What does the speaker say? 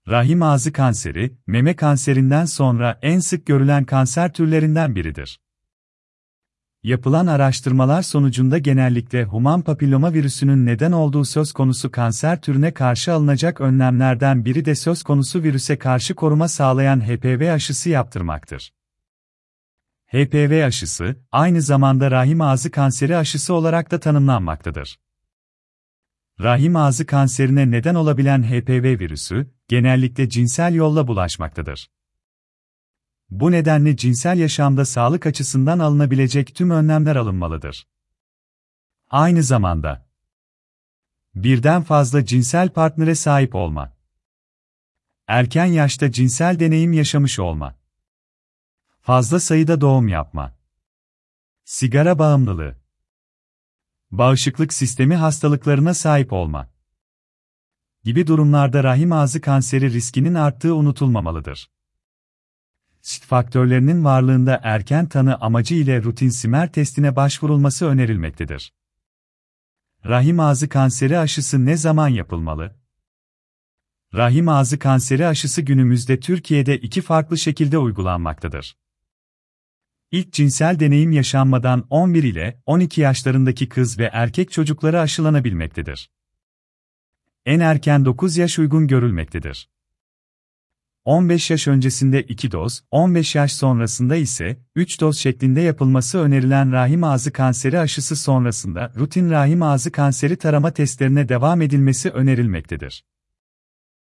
Rahim ağzı kanseri, meme kanserinden sonra en sık görülen kanser türlerinden biridir. Yapılan araştırmalar sonucunda genellikle human papilloma virüsünün neden olduğu söz konusu kanser türüne karşı alınacak önlemlerden biri de söz konusu virüse karşı koruma sağlayan HPV aşısı yaptırmaktır. HPV aşısı, aynı zamanda rahim ağzı kanseri aşısı olarak da tanımlanmaktadır. Rahim ağzı kanserine neden olabilen HPV virüsü, genellikle cinsel yolla bulaşmaktadır. Bu nedenle cinsel yaşamda sağlık açısından alınabilecek tüm önlemler alınmalıdır. Aynı zamanda, birden fazla cinsel partnere sahip olma, erken yaşta cinsel deneyim yaşamış olma, fazla sayıda doğum yapma, sigara bağımlılığı, bağışıklık sistemi hastalıklarına sahip olma gibi durumlarda rahim ağzı kanseri riskinin arttığı unutulmamalıdır. Risk faktörlerinin varlığında erken tanı amacı ile rutin simer testine başvurulması önerilmektedir. Rahim ağzı kanseri aşısı ne zaman yapılmalı? Rahim ağzı kanseri aşısı günümüzde Türkiye'de iki farklı şekilde uygulanmaktadır. İlk cinsel deneyim yaşanmadan 11 ile 12 yaşlarındaki kız ve erkek çocukları aşılanabilmektedir. En erken 9 yaş uygun görülmektedir. 15 yaş öncesinde 2 doz, 15 yaş sonrasında ise 3 doz şeklinde yapılması önerilen rahim ağzı kanseri aşısı sonrasında rutin rahim ağzı kanseri tarama testlerine devam edilmesi önerilmektedir.